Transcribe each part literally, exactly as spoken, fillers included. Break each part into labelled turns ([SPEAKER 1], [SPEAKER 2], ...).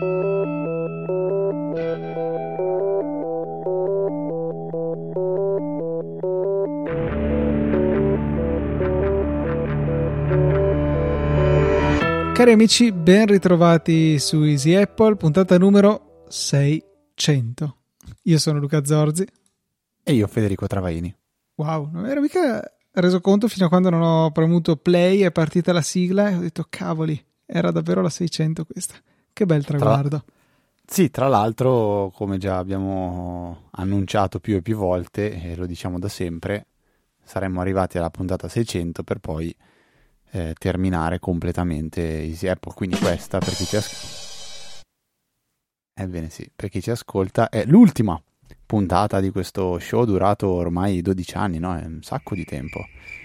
[SPEAKER 1] Cari amici, ben ritrovati su Easy Apple, puntata numero seicento. Io sono Luca Zorzi.
[SPEAKER 2] E io Federico Travaini.
[SPEAKER 1] Wow, non mi ero mica reso conto fino a quando non ho premuto play, è partita la sigla e ho detto cavoli, era davvero la seicento questa. Che bel traguardo.
[SPEAKER 2] Tra... Sì, tra l'altro, come già abbiamo annunciato più e più volte, e lo diciamo da sempre, saremmo arrivati alla puntata seicento per poi eh, terminare completamente Easy Apple. Quindi questa, per chi ci ascolta, ebbene sì, per chi ci ascolta, è l'ultima puntata di questo show durato ormai dodici anni, no? È un sacco di tempo.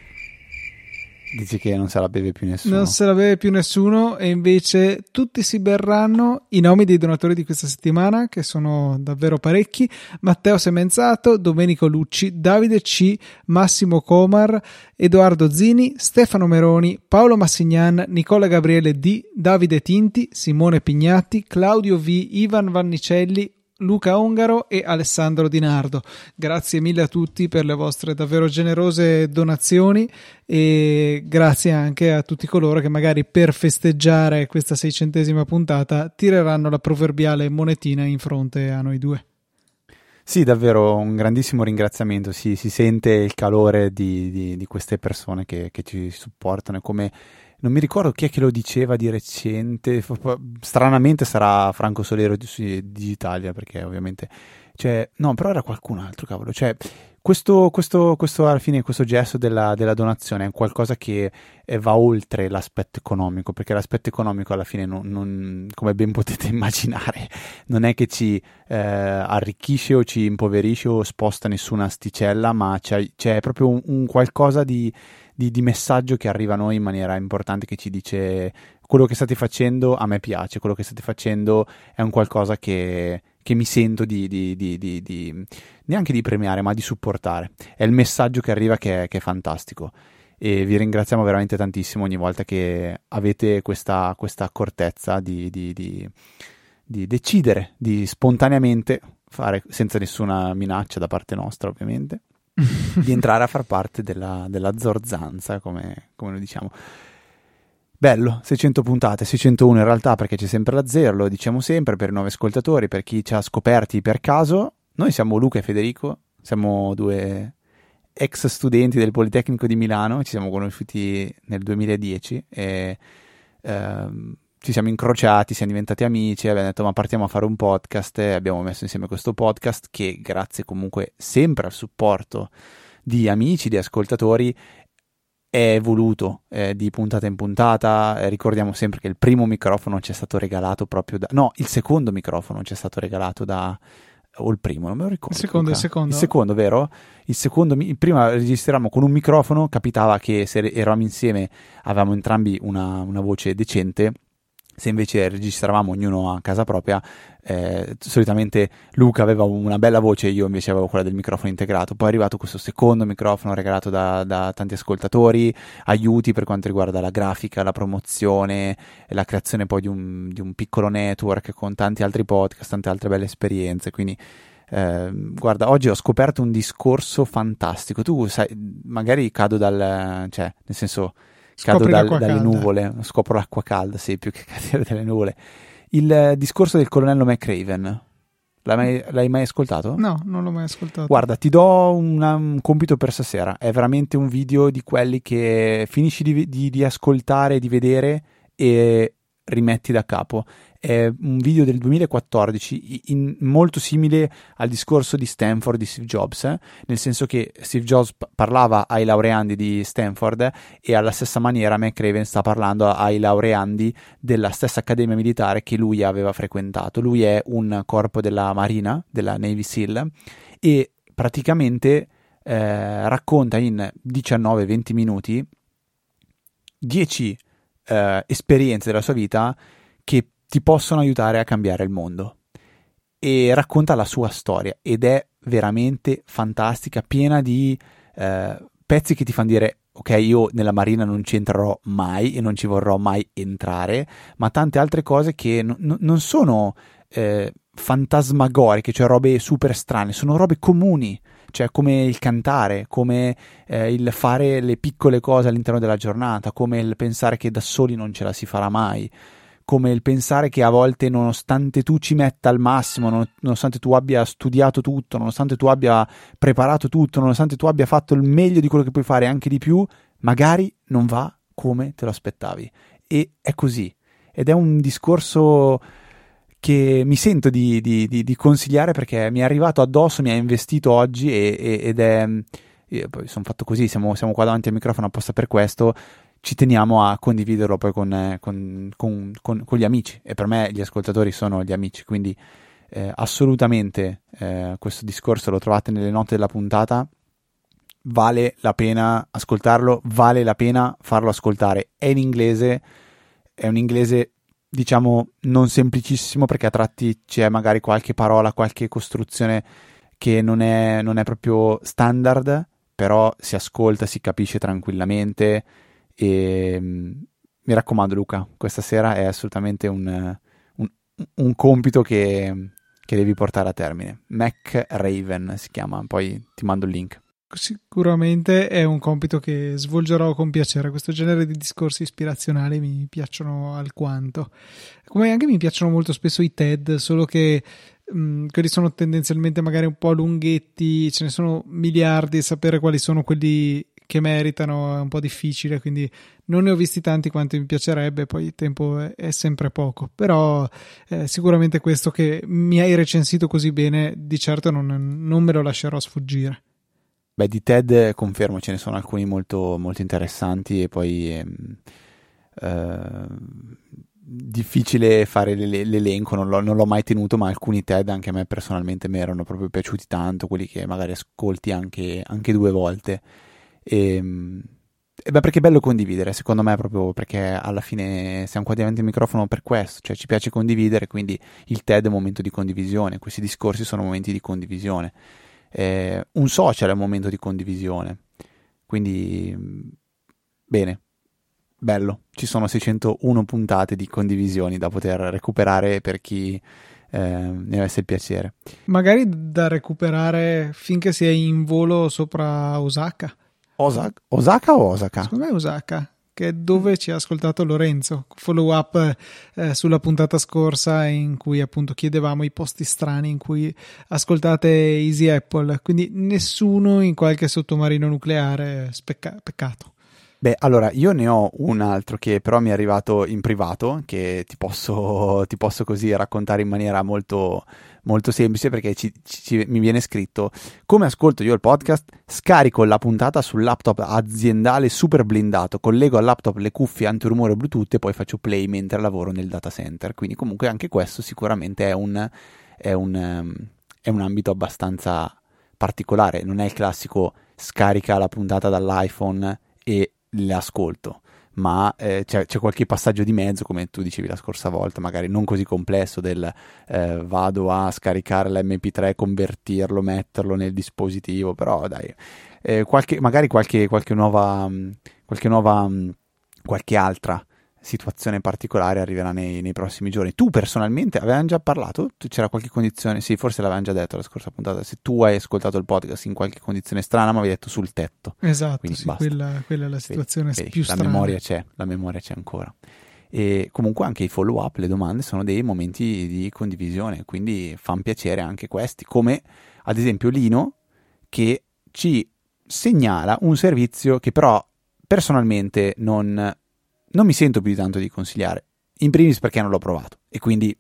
[SPEAKER 2] Dici che non se la beve più nessuno?
[SPEAKER 1] Non se la beve più nessuno e invece tutti si berranno i nomi dei donatori di questa settimana, che sono davvero parecchi: Matteo Semenzato, Domenico Lucci, Davide C, Massimo Comar, Edoardo Zini, Stefano Meroni, Paolo Massignan, Nicola Gabriele D, Davide Tinti, Simone Pignatti, Claudio V, Ivan Vannicelli, Luca Ongaro e Alessandro Di Nardo. Grazie mille a tutti per le vostre davvero generose donazioni e grazie anche a tutti coloro che magari per festeggiare questa seicentesima puntata tireranno la proverbiale monetina in fronte a noi due.
[SPEAKER 2] Sì, davvero un grandissimo ringraziamento, si, si sente il calore di, di, di queste persone che, che ci supportano, e come non mi ricordo chi è che lo diceva di recente, stranamente sarà Franco Solero di Digitalia, perché ovviamente, cioè, no, però era qualcun altro, cavolo, cioè, questo, questo, questo alla fine, questo gesto della, della donazione è qualcosa che va oltre l'aspetto economico, perché l'aspetto economico alla fine, non, non, come ben potete immaginare, non è che ci eh, arricchisce o ci impoverisce o sposta nessuna asticella, ma c'è, c'è proprio un, un qualcosa di Di, di messaggio che arriva a noi in maniera importante, che ci dice: quello che state facendo a me piace, quello che state facendo è un qualcosa che, che mi sento di, di, di, di, di neanche di premiare, ma di supportare. È il messaggio che arriva che è, che è fantastico, e vi ringraziamo veramente tantissimo ogni volta che avete questa, questa accortezza di, di, di, di decidere di spontaneamente fare, senza nessuna minaccia da parte nostra ovviamente, di entrare a far parte della, della zorzanza, come, come lo diciamo. Bello, seicento puntate, seicentouno in realtà, perché c'è sempre la zero, lo diciamo sempre per i nuovi ascoltatori, per chi ci ha scoperti per caso. Noi siamo Luca e Federico, siamo due ex studenti del Politecnico di Milano, ci siamo conosciuti nel duemiladieci e ehm, ci siamo incrociati, siamo diventati amici, abbiamo detto ma partiamo a fare un podcast, e abbiamo messo insieme questo podcast che, grazie comunque sempre al supporto di amici, di ascoltatori, è evoluto eh, di puntata in puntata. Eh, ricordiamo sempre che il primo microfono ci è stato regalato proprio da... no, il secondo microfono ci è stato regalato da... o il primo, non me lo ricordo.
[SPEAKER 1] Il secondo,
[SPEAKER 2] Luca.
[SPEAKER 1] il secondo.
[SPEAKER 2] Il secondo, vero? Il secondo, prima registravamo con un microfono, capitava che se eravamo insieme avevamo entrambi una, una voce decente. Se invece registravamo ognuno a casa propria, eh, solitamente Luca aveva una bella voce, io invece avevo quella del microfono integrato. Poi è arrivato questo secondo microfono regalato da, da tanti ascoltatori, aiuti per quanto riguarda la grafica, la promozione, la creazione poi di un, di un piccolo network con tanti altri podcast, tante altre belle esperienze. Quindi eh, guarda, oggi ho scoperto un discorso fantastico. Tu sai, magari cado dal... cioè, nel senso... cado dal, dalle calda. nuvole, scopro l'acqua calda, sì, più che cadere dalle nuvole. Il eh, discorso del colonnello McRaven, l'hai mai, l'hai mai ascoltato?
[SPEAKER 1] No, non l'ho mai ascoltato.
[SPEAKER 2] Guarda, ti do una, un compito per stasera, è veramente un video di quelli che finisci di, di, di ascoltare, di vedere e rimetti da capo. È un video del duemilaquattordici, in, molto simile al discorso di Stanford di Steve Jobs, eh? Nel senso che Steve Jobs parlava ai laureandi di Stanford e alla stessa maniera McRaven sta parlando ai laureandi della stessa accademia militare che lui aveva frequentato. Lui è un corpo della Marina, della Navy SEAL, e praticamente eh, racconta in diciannove venti minuti dieci eh, esperienze della sua vita che ti possono aiutare a cambiare il mondo, e racconta la sua storia ed è veramente fantastica, piena di eh, pezzi che ti fanno dire ok, io nella marina non ci entrerò mai e non ci vorrò mai entrare, ma tante altre cose che n- n- non sono eh, fantasmagoriche, cioè robe super strane, sono robe comuni, cioè come il cantare, come eh, il fare le piccole cose all'interno della giornata, come il pensare che da soli non ce la si farà mai, come il pensare che a volte, nonostante tu ci metta al massimo, non, nonostante tu abbia studiato tutto, nonostante tu abbia preparato tutto, nonostante tu abbia fatto il meglio di quello che puoi fare, anche di più, magari non va come te lo aspettavi. E è così. Ed è un discorso che mi sento di, di, di, di consigliare, perché mi è arrivato addosso, mi ha investito oggi e, e, ed è... Io poi sono fatto così, siamo, siamo qua davanti al microfono apposta per questo. Ci teniamo a condividerlo poi con, con, con, con, con gli amici, e per me gli ascoltatori sono gli amici, quindi eh, assolutamente eh, questo discorso lo trovate nelle note della puntata, vale la pena ascoltarlo, vale la pena farlo ascoltare. È in inglese, è un inglese diciamo non semplicissimo, perché a tratti c'è magari qualche parola, qualche costruzione che non è, non è proprio standard, però si ascolta, si capisce tranquillamente. E mi raccomando Luca, questa sera è assolutamente un, un, un compito che, che devi portare a termine. MacRaven si chiama, poi ti mando il link.
[SPEAKER 1] Sicuramente è un compito che svolgerò con piacere. Questo genere di discorsi ispirazionali mi piacciono alquanto, come anche mi piacciono molto spesso i TED, solo che mh, quelli sono tendenzialmente magari un po' lunghetti, ce ne sono miliardi, sapere quali sono quelli che meritano è un po' difficile, quindi non ne ho visti tanti quanti mi piacerebbe, poi il tempo è, è sempre poco, però eh, sicuramente questo che mi hai recensito così bene di certo non, non me lo lascerò sfuggire.
[SPEAKER 2] Beh, di TED confermo, ce ne sono alcuni molto, molto interessanti, e poi ehm, eh, difficile fare l'elenco, non l'ho, non l'ho mai tenuto, ma alcuni TED anche a me personalmente mi erano proprio piaciuti tanto, quelli che magari ascolti anche, anche due volte. E, e beh, perché è bello condividere, secondo me, proprio perché alla fine siamo qua davanti al microfono per questo, cioè ci piace condividere, quindi il TED è un momento di condivisione, questi discorsi sono momenti di condivisione, eh, un social è un momento di condivisione, quindi bene, bello, ci sono seicentouno puntate di condivisioni da poter recuperare per chi eh, ne avesse il piacere.
[SPEAKER 1] Magari da recuperare finché si è in volo sopra Osaka.
[SPEAKER 2] Osaka? Osaka o Osaka?
[SPEAKER 1] Secondo me è Osaka, che è dove ci ha ascoltato Lorenzo. Follow up eh, sulla puntata scorsa in cui appunto chiedevamo i posti strani in cui ascoltate Easy Apple. Quindi nessuno in qualche sottomarino nucleare, specca- peccato.
[SPEAKER 2] Beh, allora, io ne ho un altro che però mi è arrivato in privato, che ti posso, ti posso così raccontare in maniera molto, molto semplice, perché ci, ci, mi viene scritto: come ascolto io il podcast? Scarico la puntata sul laptop aziendale super blindato, collego al laptop le cuffie antirumore Bluetooth e poi faccio play mentre lavoro nel data center. Quindi comunque anche questo sicuramente è un, è un, è un ambito abbastanza particolare, non è il classico scarica la puntata dall'iPhone e le ascolto, ma eh, c'è, c'è qualche passaggio di mezzo, come tu dicevi la scorsa volta, magari non così complesso, del eh, vado a scaricare l'emme pi tre, convertirlo, metterlo nel dispositivo, però dai, eh, qualche, magari qualche, qualche nuova, qualche nuova, qualche altra situazione particolare arriverà nei, nei prossimi giorni. Tu personalmente avevamo già parlato? Tu, c'era qualche condizione? Sì, forse l'avevamo già detto la scorsa puntata, se tu hai ascoltato il podcast in qualche condizione strana, ma avevi detto sul tetto.
[SPEAKER 1] Esatto, sì, quella, quella è la situazione vedi, più
[SPEAKER 2] vedi,
[SPEAKER 1] strana.
[SPEAKER 2] La memoria c'è, la memoria c'è ancora. E comunque anche i follow up, le domande sono dei momenti di condivisione, quindi fanno piacere anche questi, come ad esempio Lino, che ci segnala un servizio che però personalmente non non mi sento più di tanto di consigliare, in primis perché non l'ho provato e quindi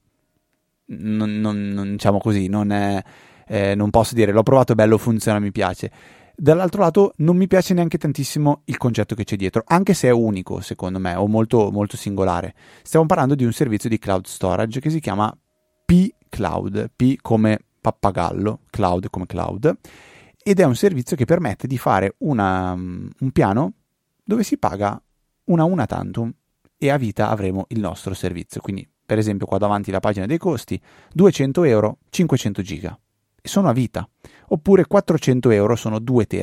[SPEAKER 2] non, non, non diciamo così, non, è, eh, non posso dire l'ho provato, è bello, funziona, mi piace. Dall'altro lato non mi piace neanche tantissimo il concetto che c'è dietro, anche se è unico secondo me, o molto, molto singolare. Stiamo parlando di un servizio di cloud storage che si chiama P-Cloud, P come pappagallo, cloud come cloud, ed è un servizio che permette di fare una, un piano dove si paga una una tantum e a vita avremo il nostro servizio. Quindi per esempio qua davanti la pagina dei costi, duecento euro, cinquecento giga e sono a vita, oppure quattrocento euro sono due tera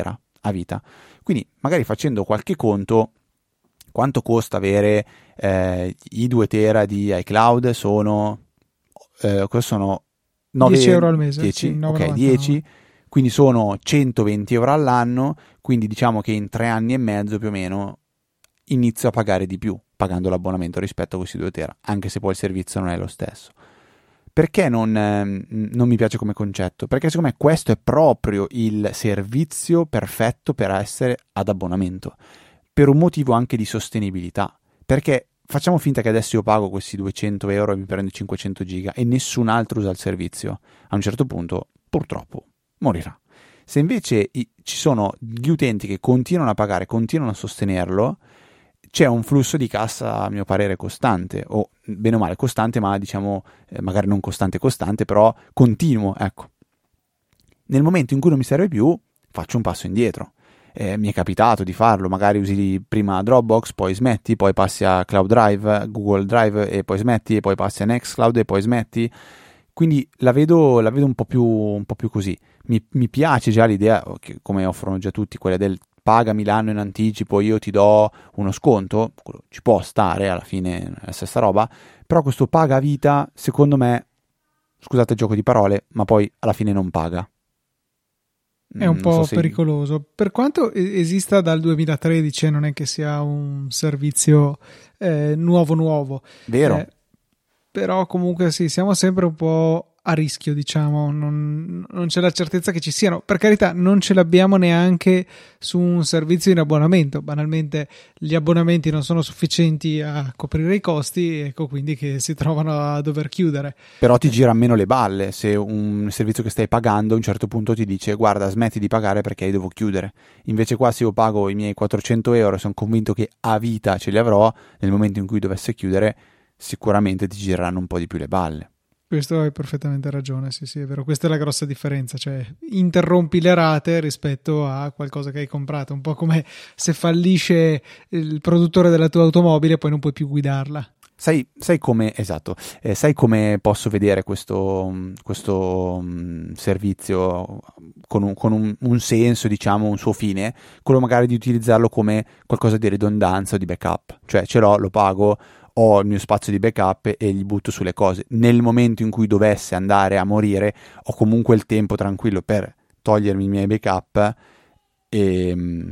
[SPEAKER 2] a vita. Quindi magari facendo qualche conto, quanto costa avere eh, i due tera di iCloud? Sono, eh, sono nove,
[SPEAKER 1] dieci euro al mese,
[SPEAKER 2] dieci,
[SPEAKER 1] sì,
[SPEAKER 2] ok, dieci, quindi sono centoventi euro all'anno, quindi diciamo che in tre anni e mezzo più o meno inizio a pagare di più, pagando l'abbonamento rispetto a questi due tera, anche se poi il servizio non è lo stesso. Perché non, eh, non mi piace come concetto? Perché secondo me questo è proprio il servizio perfetto per essere ad abbonamento, per un motivo anche di sostenibilità. Perché facciamo finta che adesso io pago questi duecento euro e mi prendo cinquecento giga e nessun altro usa il servizio. A un certo punto, purtroppo, morirà. Se invece i, ci sono gli utenti che continuano a pagare, continuano a sostenerlo, c'è un flusso di cassa, a mio parere, costante, o bene o male costante, ma diciamo eh, magari non costante costante, però continuo, ecco. Nel momento in cui non mi serve più, faccio un passo indietro. Eh, mi è capitato di farlo, magari usi prima Dropbox, poi smetti, poi passi a Cloud Drive, Google Drive e poi smetti, e poi passi a Nextcloud e poi smetti. Quindi la vedo, la vedo un po' più, un po' più così. Mi, mi piace già l'idea, che, come offrono già tutti, quella del pagami l'anno in anticipo, io ti do uno sconto, ci può stare, alla fine è la stessa roba, però questo paga a vita, secondo me, scusate il gioco di parole, ma poi alla fine non paga.
[SPEAKER 1] È un
[SPEAKER 2] Non
[SPEAKER 1] po'
[SPEAKER 2] so se...
[SPEAKER 1] pericoloso. Per quanto esista dal duemilatredici, non è che sia un servizio eh, nuovo nuovo.
[SPEAKER 2] Vero.
[SPEAKER 1] Eh, però comunque sì, siamo sempre un po' a rischio, diciamo, non, non c'è la certezza che ci siano. Per carità, non ce l'abbiamo neanche su un servizio in abbonamento. Banalmente gli abbonamenti non sono sufficienti a coprire i costi, ecco quindi che si trovano a dover chiudere.
[SPEAKER 2] Però ti gira meno le balle se un servizio che stai pagando a un certo punto ti dice guarda smetti di pagare perché io devo chiudere. Invece qua se io pago i miei quattrocento euro e sono convinto che a vita ce li avrò, nel momento in cui dovesse chiudere sicuramente ti gireranno un po' di più le balle.
[SPEAKER 1] Questo hai perfettamente ragione, sì sì è vero, questa è la grossa differenza, cioè interrompi le rate rispetto a qualcosa che hai comprato, un po' come se fallisce il produttore della tua automobile e poi non puoi più guidarla.
[SPEAKER 2] Sai, sai come, esatto, eh, sai come posso vedere questo, questo um, servizio con, un, con un, un senso, diciamo, un suo fine? Quello magari di utilizzarlo come qualcosa di ridondanza o di backup, cioè ce l'ho, lo pago, ho il mio spazio di backup e gli butto sulle cose. Nel momento in cui dovesse andare a morire, ho comunque il tempo tranquillo per togliermi i miei backup e,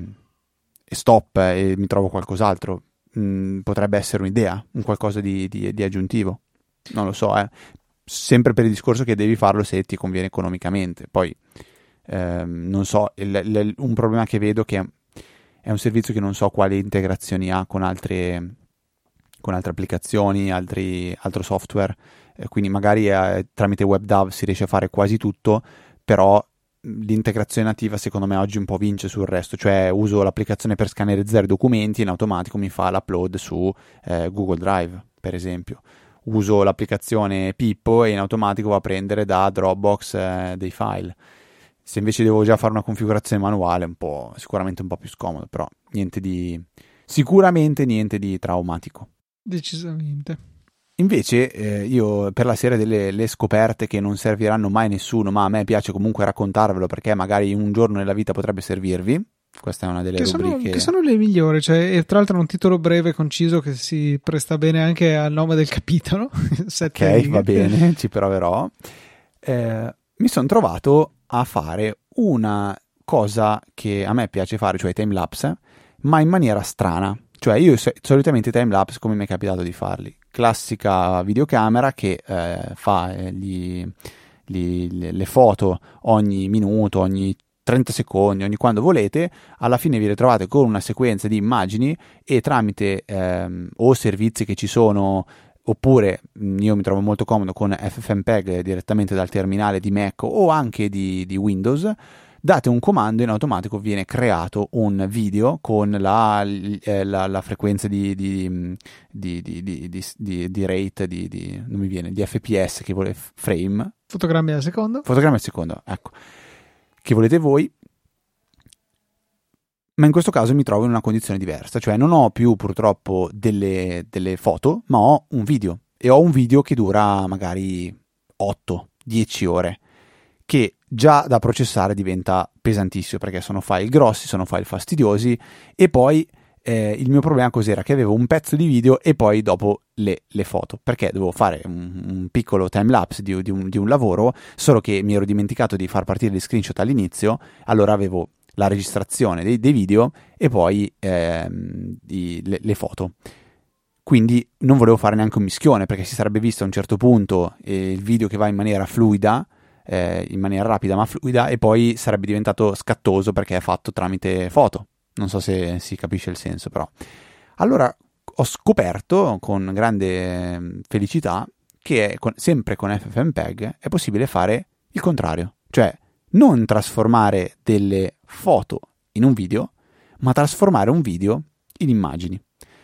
[SPEAKER 2] e stop e mi trovo qualcos'altro. Mm, potrebbe essere un'idea, un qualcosa di, di, di aggiuntivo. Non lo so, eh. Sempre per il discorso che devi farlo se ti conviene economicamente. Poi, ehm, non so, il, il, un problema che vedo che è un servizio che non so quali integrazioni ha con altre... con altre applicazioni, altri, altro software, eh, quindi magari eh, tramite WebDAV si riesce a fare quasi tutto, però l'integrazione nativa secondo me oggi un po' vince sul resto, cioè uso l'applicazione per scannerizzare documenti e in automatico mi fa l'upload su eh, Google Drive, per esempio. Uso l'applicazione Pippo e in automatico va a prendere da Dropbox eh, dei file. Se invece devo già fare una configurazione manuale, un po', sicuramente un po' più scomodo, però niente di... sicuramente niente di traumatico.
[SPEAKER 1] Decisamente.
[SPEAKER 2] Invece eh, io per la serie delle le scoperte che non serviranno mai a nessuno, ma a me piace comunque raccontarvelo perché magari un giorno nella vita potrebbe servirvi. Questa è una delle
[SPEAKER 1] che
[SPEAKER 2] rubriche
[SPEAKER 1] sono, che sono le migliori, cioè, e tra l'altro un titolo breve e conciso che si presta bene anche al nome del capitolo. Sette
[SPEAKER 2] ok,
[SPEAKER 1] righe.
[SPEAKER 2] va bene, ci proverò. Eh, mi sono trovato a fare una cosa che a me piace fare, cioè time lapse, ma in maniera strana. Cioè io solitamente time lapse come mi è capitato di farli, classica videocamera che eh, fa eh, gli, gli, le foto ogni minuto, ogni trenta secondi, ogni quando volete, alla fine vi ritrovate con una sequenza di immagini e tramite ehm, o servizi che ci sono, oppure io mi trovo molto comodo con FFmpeg direttamente dal terminale di Mac o anche di, di Windows, date un comando e in automatico viene creato un video con la, eh, la, la frequenza di, di, di, di, di, di, di, di rate, di, di, non mi viene, di F P S che vuole, frame.
[SPEAKER 1] Fotogrammi al secondo.
[SPEAKER 2] Fotogrammi al secondo, ecco. Che volete voi. Ma in questo caso mi trovo in una condizione diversa, cioè non ho più purtroppo delle, delle foto, ma ho un video. E ho un video che dura magari otto dieci ore. Che già da processare diventa pesantissimo, perché sono file grossi, sono file fastidiosi, e poi eh, il mio problema cos'era? Che avevo un pezzo di video e poi dopo le, le foto, perché dovevo fare un, un piccolo timelapse di, di, un, di un lavoro, solo che mi ero dimenticato di far partire gli screenshot all'inizio, allora avevo la registrazione dei, dei video e poi ehm, di, le, le foto. Quindi non volevo fare neanche un mischione, perché si sarebbe visto a un certo punto eh, il video che va in maniera fluida, eh, in maniera rapida ma fluida, e poi sarebbe diventato scattoso perché è fatto tramite foto. Non so se si capisce il senso, però. Allora ho scoperto con grande felicità che con, sempre con FFmpeg è possibile fare il contrario, cioè non trasformare delle foto in un video, ma trasformare un video in immagini.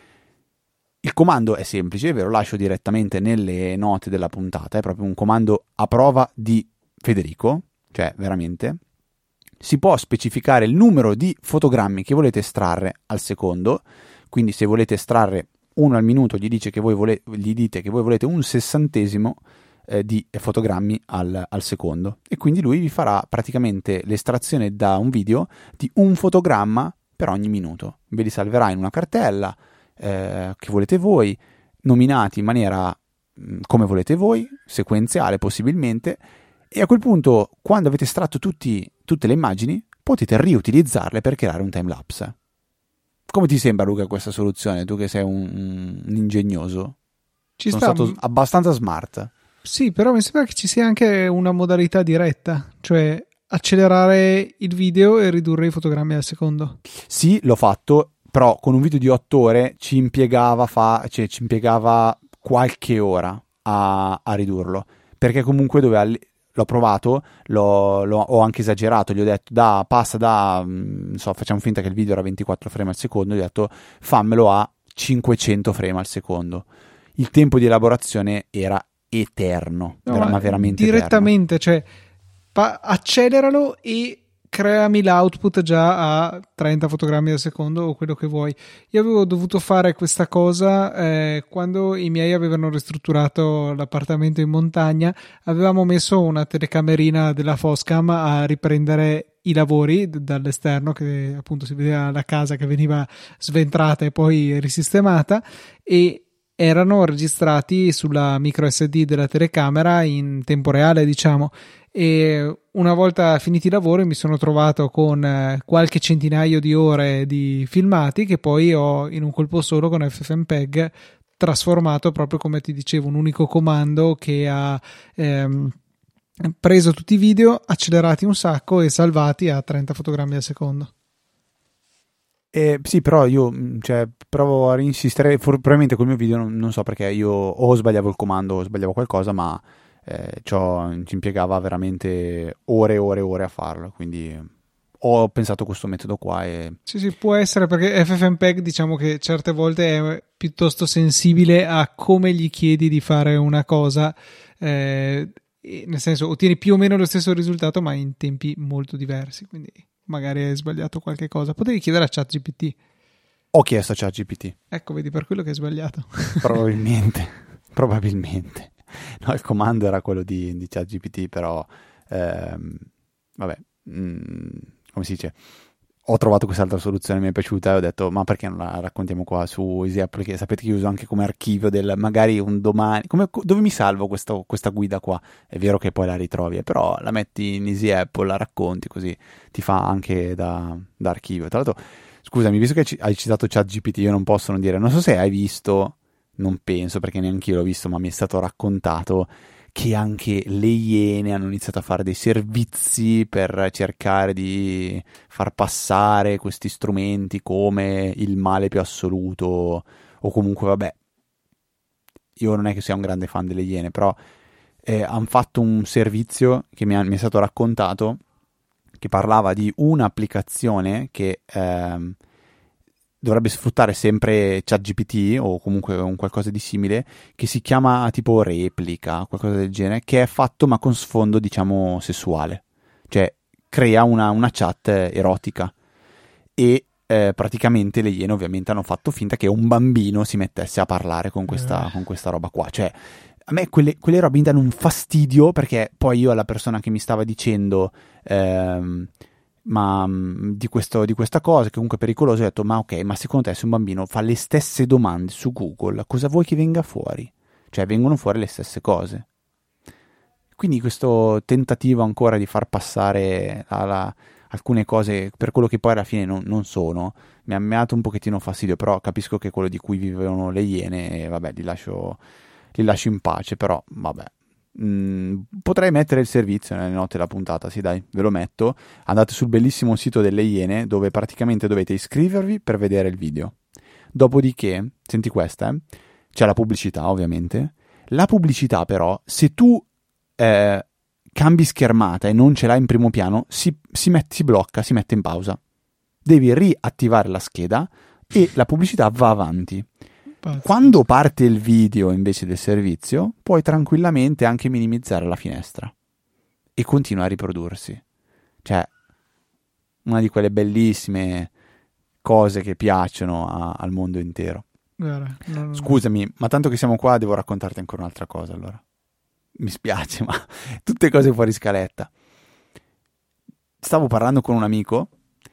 [SPEAKER 2] Il comando è semplice, ve lo lascio direttamente nelle note della puntata, è proprio un comando a prova di Federico, cioè veramente. Si può specificare il numero di fotogrammi che volete estrarre al secondo, quindi se volete estrarre uno al minuto gli, dice che voi vole- gli dite che voi volete un sessantesimo eh, di fotogrammi al, al secondo, e quindi lui vi farà praticamente l'estrazione da un video di un fotogramma per ogni minuto. Ve li salverà in una cartella eh, che volete voi, nominati in maniera mh, come volete voi, sequenziale possibilmente, e a quel punto, quando avete estratto tutti, tutte le immagini, potete riutilizzarle per creare un timelapse. Come ti sembra, Luca, questa soluzione? Tu che sei un, un ingegnoso.
[SPEAKER 1] Ci
[SPEAKER 2] Sono
[SPEAKER 1] sta...
[SPEAKER 2] stato abbastanza smart.
[SPEAKER 1] Sì, però mi sembra che ci sia anche una modalità diretta, cioè accelerare il video e ridurre i fotogrammi al secondo.
[SPEAKER 2] Sì, l'ho fatto, però con un video di otto ore ci impiegava, fa, cioè, ci impiegava qualche ora a, a ridurlo, perché comunque doveva... L'ho provato, l'ho, l'ho, ho anche esagerato, gli ho detto da, passa da, non so, facciamo finta che il video era ventiquattro frame al secondo, gli ho detto fammelo a cinquecento frame al secondo. Il tempo di elaborazione era eterno,
[SPEAKER 1] no,
[SPEAKER 2] vera,
[SPEAKER 1] ma
[SPEAKER 2] ma veramente
[SPEAKER 1] direttamente,
[SPEAKER 2] eterno.
[SPEAKER 1] Cioè pa- acceleralo e creami l'output già a trenta fotogrammi al secondo o quello che vuoi. Io avevo dovuto fare questa cosa eh, quando i miei avevano ristrutturato l'appartamento in montagna. Avevamo messo una telecamerina della Foscam a riprendere i lavori d- dall'esterno, che appunto si vedeva la casa che veniva sventrata e poi risistemata, e erano registrati sulla micro S D della telecamera in tempo reale, diciamo. E una volta finiti i lavori mi sono trovato con eh, qualche centinaio di ore di filmati che poi ho in un colpo solo con FFmpeg trasformato, proprio come ti dicevo, un unico comando che ha ehm, preso tutti i video, accelerati un sacco e salvati a trenta fotogrammi al secondo.
[SPEAKER 2] Eh, sì, però io cioè, provo a insistere, for- probabilmente col mio video non, non so perché io o sbagliavo il comando o sbagliavo qualcosa, ma eh, ci impiegava veramente ore e ore e ore a farlo, quindi ho pensato a questo metodo qua. E...
[SPEAKER 1] Sì, sì, può essere, perché FFmpeg diciamo che certe volte è piuttosto sensibile a come gli chiedi di fare una cosa, eh, nel senso ottieni più o meno lo stesso risultato ma in tempi molto diversi, quindi magari hai sbagliato qualche cosa. Potevi chiedere a ChatGPT.
[SPEAKER 2] Ho chiesto a ChatGPT.
[SPEAKER 1] Ecco, vedi, per quello che hai sbagliato.
[SPEAKER 2] Probabilmente, probabilmente. No, il comando era quello di, di ChatGPT, però ehm, vabbè, mh, come si dice? Ho trovato quest'altra soluzione, mi è piaciuta e ho detto ma perché non la raccontiamo qua su Easy Apple, che sapete che io uso anche come archivio del magari un domani, come, dove mi salvo questo, questa guida qua? È vero che poi la ritrovi, eh, però la metti in Easy Apple, la racconti, così ti fa anche da, da archivio. Tra l'altro, scusami, visto che hai citato ChatGPT, io non posso non dire, non so se hai visto, non penso perché neanche io l'ho visto, ma mi è stato raccontato che anche le Iene hanno iniziato a fare dei servizi per cercare di far passare questi strumenti come il male più assoluto, o comunque vabbè, io non è che sia un grande fan delle Iene, però eh, hanno fatto un servizio che mi, ha, mi è stato raccontato, che parlava di un'applicazione che ehm, dovrebbe sfruttare sempre ChatGPT o comunque un qualcosa di simile, che si chiama tipo Replica, qualcosa del genere, che è fatto ma con sfondo diciamo sessuale, cioè crea una, una chat erotica e eh, praticamente le Iene ovviamente hanno fatto finta che un bambino si mettesse a parlare con questa,
[SPEAKER 1] Eh.
[SPEAKER 2] con questa roba qua, cioè a me quelle, quelle robe mi danno un fastidio, perché poi io alla persona che mi stava dicendo ehm, ma di, questo, di questa cosa che comunque è pericolosa, ho detto ma ok, ma secondo te se un bambino fa le stesse domande su Google, cosa vuoi che venga fuori? Cioè vengono fuori le stesse cose. Quindi questo tentativo ancora di far passare alla, alcune cose per quello che poi alla fine non, non sono, mi ha, mi ha dato un pochettino fastidio, però capisco che quello di cui vivevano le Iene, e vabbè, li lascio, li lascio in pace, però vabbè. Mm, potrei mettere il servizio nelle note della puntata, sì dai, ve lo metto. Andate sul bellissimo sito delle Iene, dove praticamente dovete iscrivervi per vedere il video. Dopodiché, senti questa, eh, c'è la pubblicità ovviamente. La pubblicità però, se tu eh, cambi schermata e non ce l'hai in primo piano, si, si, met, si blocca, si mette in pausa. Devi riattivare la scheda e la pubblicità va avanti. Pazzesco. Quando parte il video invece del servizio, puoi tranquillamente anche minimizzare la finestra e continua a riprodursi. Cioè, una di quelle bellissime cose che piacciono a, al mondo intero.
[SPEAKER 1] Guarda, non...
[SPEAKER 2] Scusami, ma tanto che siamo qua devo raccontarti ancora un'altra cosa allora. Mi spiace, ma tutte cose fuori scaletta. Stavo parlando con un amico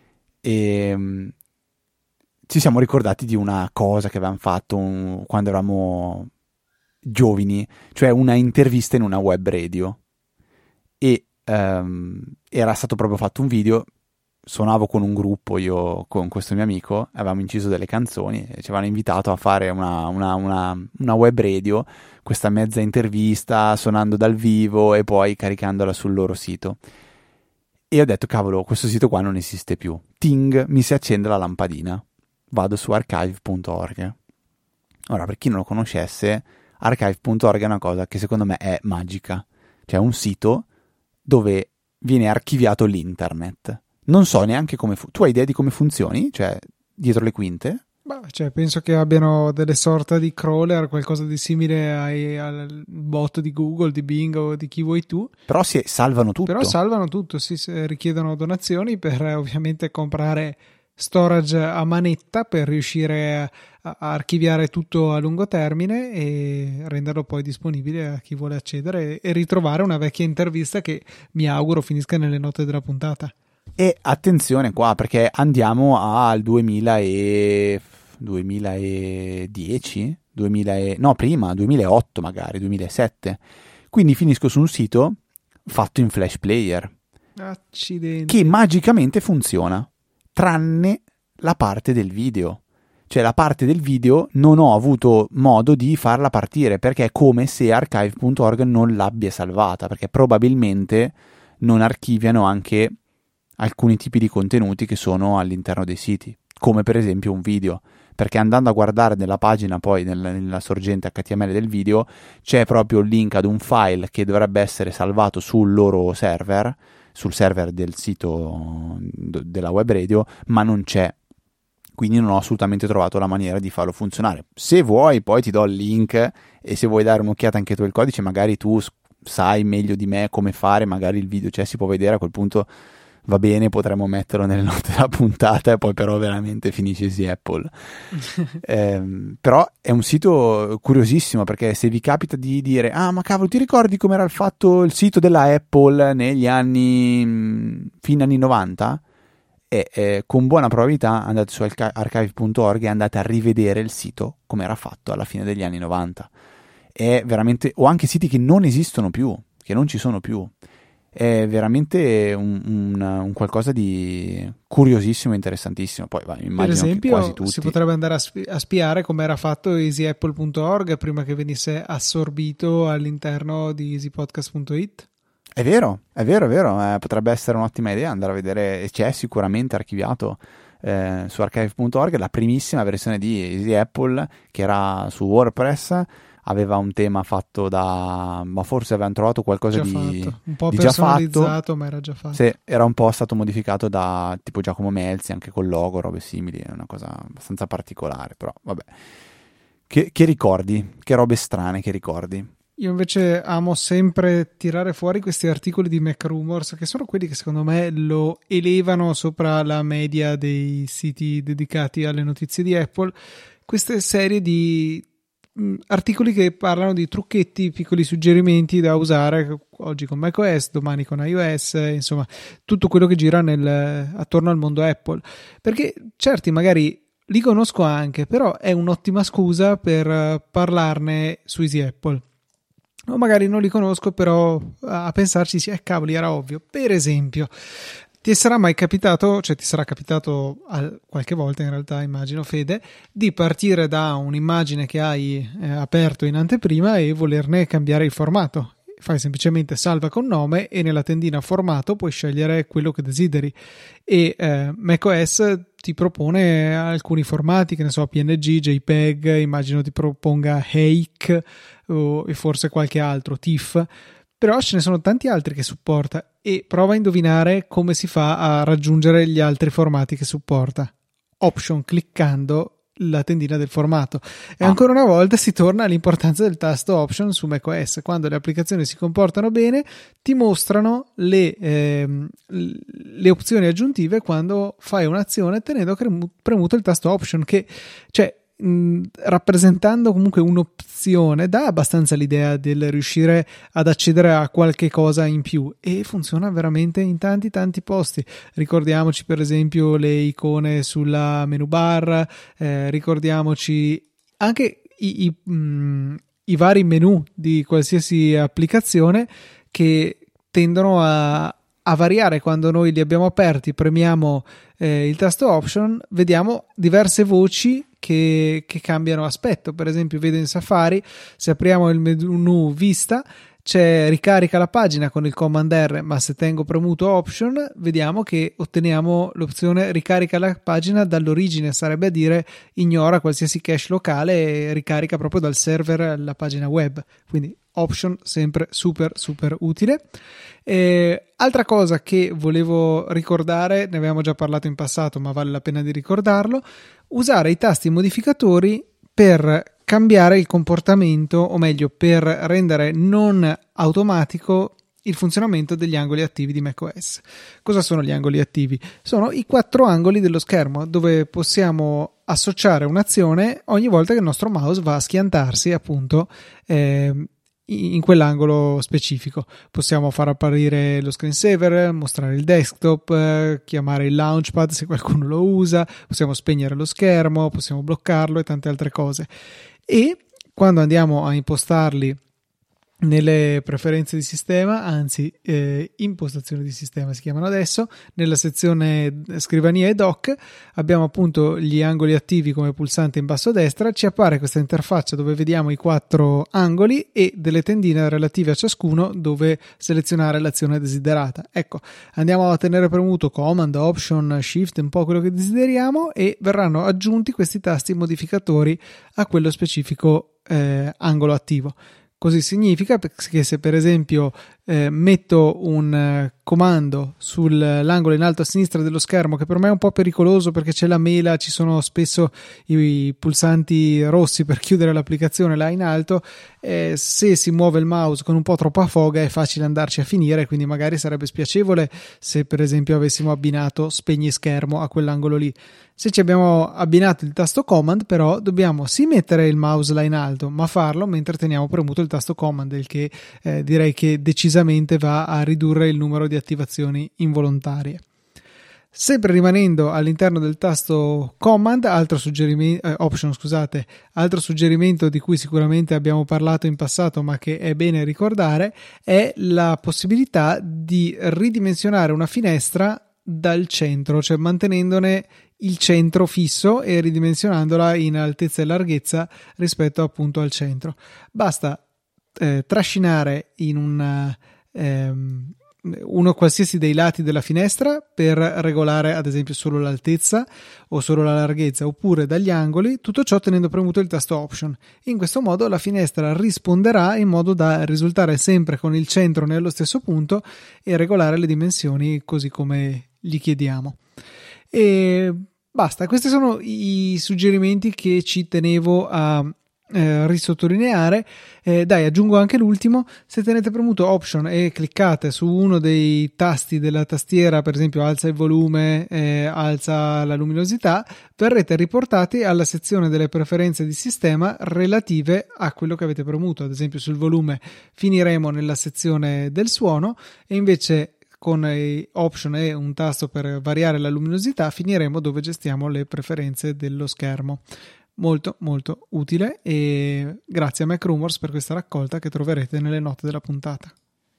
[SPEAKER 2] e ci siamo ricordati di una cosa che avevamo fatto un, quando eravamo giovani, cioè una intervista in una web radio. E um, era stato proprio fatto un video. Suonavo con un gruppo, io con questo mio amico, avevamo inciso delle canzoni e ci avevano invitato a fare una, una, una, una web radio, questa mezza intervista, suonando dal vivo e poi caricandola sul loro sito. E ho detto, cavolo, questo sito qua non esiste più. Ting, mi si accende la lampadina. Vado su archive punto org. Ora, per chi non lo conoscesse, archive punto org è una cosa che secondo me è magica. Cioè un sito dove viene archiviato l'internet. Non so neanche come... Fu- tu hai idea di come funzioni? Cioè, dietro le quinte?
[SPEAKER 1] Bah, cioè, penso che abbiano delle sorte di crawler, qualcosa di simile ai, al bot di Google, di Bing o di chi vuoi tu.
[SPEAKER 2] Però si salvano tutto.
[SPEAKER 1] Però salvano tutto, sì, richiedono donazioni per ovviamente comprare storage a manetta per riuscire a, a archiviare tutto a lungo termine e renderlo poi disponibile a chi vuole accedere e, e ritrovare una vecchia intervista che mi auguro finisca nelle note della puntata.
[SPEAKER 2] E attenzione qua, perché andiamo al duemila e... duemiladieci? duemila e... No, prima, duemilaotto magari, duemilasette. Quindi finisco su un sito fatto in Flash Player.
[SPEAKER 1] Accidenti.
[SPEAKER 2] Che magicamente funziona, tranne la parte del video. Cioè la parte del video non ho avuto modo di farla partire, perché è come se archive punto org non l'abbia salvata, perché probabilmente non archiviano anche alcuni tipi di contenuti che sono all'interno dei siti, come per esempio un video, perché andando a guardare nella pagina poi nella, nella sorgente H T M L del video c'è proprio il link ad un file che dovrebbe essere salvato sul loro server, sul server del sito della web radio, ma non c'è. Quindi non ho assolutamente trovato la maniera di farlo funzionare. Se vuoi poi ti do il link e se vuoi dare un'occhiata anche tu al codice, magari tu sai meglio di me come fare, magari il video, cioè si può vedere, a quel punto va bene, potremmo metterlo nelle note della puntata e poi però veramente finisce Easy Apple. eh, però è un sito curiosissimo, perché se vi capita di dire ah ma cavolo ti ricordi com'era il fatto il sito della Apple negli anni fine anni novanta? E eh, con buona probabilità andate su archive punto org e andate a rivedere il sito come era fatto alla fine degli anni novanta. È veramente, o anche siti che non esistono più, che non ci sono più. È veramente un, un, un qualcosa di curiosissimo e interessantissimo. Poi va, immagino
[SPEAKER 1] per esempio
[SPEAKER 2] che quasi tutti...
[SPEAKER 1] si potrebbe andare a, spi- a spiare come era fatto easy apple punto org prima che venisse assorbito all'interno di easy podcast punto it.
[SPEAKER 2] È vero, è vero, è vero, eh, potrebbe essere un'ottima idea andare a vedere, e c'è sicuramente archiviato eh, su archive punto org la primissima versione di Easy Apple, che era su WordPress, aveva un tema fatto da... ma forse avevano trovato qualcosa
[SPEAKER 1] già
[SPEAKER 2] di,
[SPEAKER 1] fatto. Un po'
[SPEAKER 2] di
[SPEAKER 1] personalizzato,
[SPEAKER 2] già fatto,
[SPEAKER 1] ma era già fatto.
[SPEAKER 2] Sì, era un po' stato modificato da tipo Giacomo Melzi, anche col logo, robe simili, è una cosa abbastanza particolare, però vabbè. Che, che ricordi, che robe strane che ricordi.
[SPEAKER 1] Io invece amo sempre tirare fuori questi articoli di Mac Rumors, che sono quelli che secondo me lo elevano sopra la media dei siti dedicati alle notizie di Apple. Queste serie di mh, articoli che parlano di trucchetti, piccoli suggerimenti da usare oggi con macOS, domani con iOS, insomma tutto quello che gira nel, attorno al mondo Apple, perché certi magari li conosco anche, però è un'ottima scusa per parlarne su Easy Apple. O magari non li conosco, però a pensarci sì, eh, cavoli, era ovvio. Per esempio, ti sarà mai capitato, cioè ti sarà capitato al, qualche volta in realtà, immagino, Fede, di partire da un'immagine che hai eh, aperto in anteprima e volerne cambiare il formato. Fai semplicemente salva con nome e nella tendina formato puoi scegliere quello che desideri, e eh, macOS ti propone alcuni formati, che ne so, P N G, JPEG, immagino ti proponga Hake o, e forse qualche altro, TIFF, però ce ne sono tanti altri che supporta, e prova a indovinare come si fa a raggiungere gli altri formati che supporta. Option, cliccando la tendina del formato. E ah. ancora una volta si torna all'importanza del tasto Option su macOS. Quando le applicazioni si comportano bene, ti mostrano le, ehm, le opzioni aggiuntive quando fai un'azione tenendo premuto il tasto Option, che cioè mh, rappresentando comunque un'opzione dà abbastanza l'idea del riuscire ad accedere a qualche cosa in più, e funziona veramente in tanti tanti posti. Ricordiamoci per esempio le icone sulla menu bar, eh, ricordiamoci anche i, i, mh, i vari menu di qualsiasi applicazione che tendono a, a variare. Quando noi li abbiamo aperti, premiamo eh, il tasto Option, vediamo diverse voci che, che cambiano aspetto. Per esempio vedo in Safari, se apriamo il menu Vista, c'è ricarica la pagina con il Command R, ma se tengo premuto Option vediamo che otteniamo l'opzione ricarica la pagina dall'origine, sarebbe a dire ignora qualsiasi cache locale e ricarica proprio dal server la pagina web. Quindi Option sempre super super utile. E altra cosa che volevo ricordare, ne avevamo già parlato in passato ma vale la pena di ricordarlo: usare i tasti modificatori per cambiare il comportamento, o meglio per rendere non automatico il funzionamento degli angoli attivi di macOS. Cosa sono gli angoli attivi? Sono i quattro angoli dello schermo dove possiamo associare un'azione ogni volta che il nostro mouse va a schiantarsi appunto eh, in quell'angolo specifico. Possiamo far apparire lo screensaver, mostrare il desktop, eh, chiamare il launchpad se qualcuno lo usa, possiamo spegnere lo schermo, possiamo bloccarlo e tante altre cose. E quando andiamo a impostarli nelle preferenze di sistema, anzi eh, impostazioni di sistema si chiamano adesso, nella sezione scrivania e dock abbiamo appunto gli angoli attivi come pulsante in basso a destra. Ci appare questa interfaccia dove vediamo i quattro angoli e delle tendine relative a ciascuno dove selezionare l'azione desiderata. Ecco, andiamo a tenere premuto Command, Option, Shift, un po' quello che desideriamo, e verranno aggiunti questi tasti modificatori a quello specifico eh, angolo attivo. Così significa che se per esempio eh, metto un eh, comando sull'angolo in alto a sinistra dello schermo, che per me è un po' pericoloso perché c'è la mela, ci sono spesso i, i pulsanti rossi per chiudere l'applicazione là in alto, eh, se si muove il mouse con un po' troppa foga è facile andarci a finire, quindi magari sarebbe spiacevole se per esempio avessimo abbinato spegni schermo a quell'angolo lì. Se ci abbiamo abbinato il tasto Command, però dobbiamo sì mettere il mouse là in alto, ma farlo mentre teniamo premuto il tasto Command, il che eh, direi che decisamente va a ridurre il numero di attivazioni involontarie. Sempre rimanendo all'interno del tasto Command, altro suggerimento, eh, Option, scusate, altro suggerimento di cui sicuramente abbiamo parlato in passato ma che è bene ricordare è la possibilità di ridimensionare una finestra dal centro, cioè mantenendone il centro fisso e ridimensionandola in altezza e larghezza rispetto appunto al centro. Basta eh, trascinare in un ehm, uno qualsiasi dei lati della finestra per regolare ad esempio solo l'altezza o solo la larghezza, oppure dagli angoli, tutto ciò tenendo premuto il tasto Option. In questo modo la finestra risponderà in modo da risultare sempre con il centro nello stesso punto e regolare le dimensioni così come gli chiediamo. E basta, questi sono i suggerimenti che ci tenevo a Eh, risottolineare. Eh, dai, aggiungo anche l'ultimo: se tenete premuto Option e cliccate su uno dei tasti della tastiera, per esempio alza il volume, eh, alza la luminosità, verrete riportati alla sezione delle preferenze di sistema relative a quello che avete premuto. Ad esempio, sul volume finiremo nella sezione del suono, e invece con Option e un tasto per variare la luminosità finiremo dove gestiamo le preferenze dello schermo. Molto molto utile, e grazie a Mac Rumors per questa raccolta che troverete nelle note della puntata.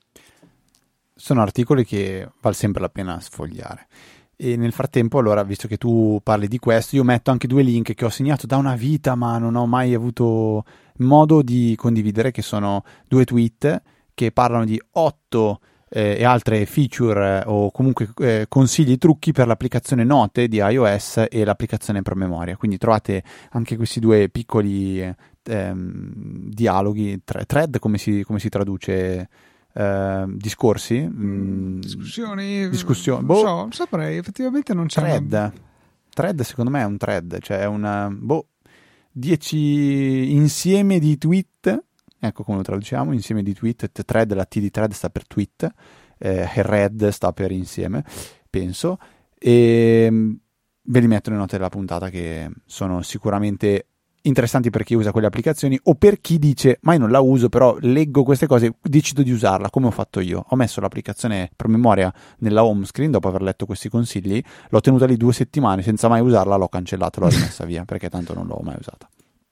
[SPEAKER 2] Sono articoli che vale sempre la pena sfogliare. E nel frattempo, allora, visto che tu parli di questo, io metto anche due link che ho segnato da una vita ma non ho mai avuto modo di condividere, che sono due tweet che parlano di otto eh, e altre feature eh, o comunque eh, consigli e trucchi per l'applicazione Note di iOS e l'applicazione Promemoria. Quindi trovate anche questi due piccoli eh, ehm, dialoghi, tre, thread come si, come si traduce? Eh, discorsi? Mm,
[SPEAKER 1] discussioni?
[SPEAKER 2] Discussioni?
[SPEAKER 1] Non
[SPEAKER 2] boh.
[SPEAKER 1] so, non saprei, effettivamente non c'è.
[SPEAKER 2] Thread.
[SPEAKER 1] Una...
[SPEAKER 2] Thread secondo me è un thread, cioè è una... boh, dieci insieme di tweet. Ecco come lo traduciamo, insieme di tweet. Thread, la T di thread sta per tweet, eh, e red sta per insieme, penso, e ve li metto nelle note della puntata, che sono sicuramente interessanti per chi usa quelle applicazioni, o per chi dice ma io non la uso, però leggo queste cose, decido di usarla, come ho fatto io. Ho messo l'applicazione Promemoria nella home screen dopo aver letto questi consigli, l'ho tenuta lì due settimane senza mai usarla, l'ho cancellata, l'ho rimessa via perché tanto non l'ho mai usata.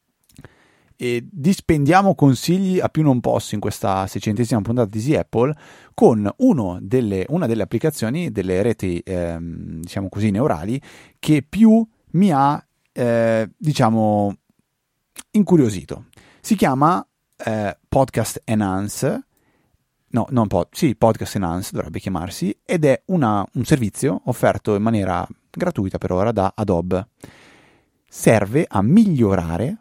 [SPEAKER 2] E dispendiamo consigli a più non posso in questa seicentesima puntata di Easy Apple con uno delle, una delle applicazioni delle reti ehm, diciamo così neurali che più mi ha eh, diciamo incuriosito. Si chiama eh, Podcast Enhance, no, non pod, sì, Podcast Enhance dovrebbe chiamarsi, ed è una, un servizio offerto in maniera gratuita per ora da Adobe. Serve a migliorare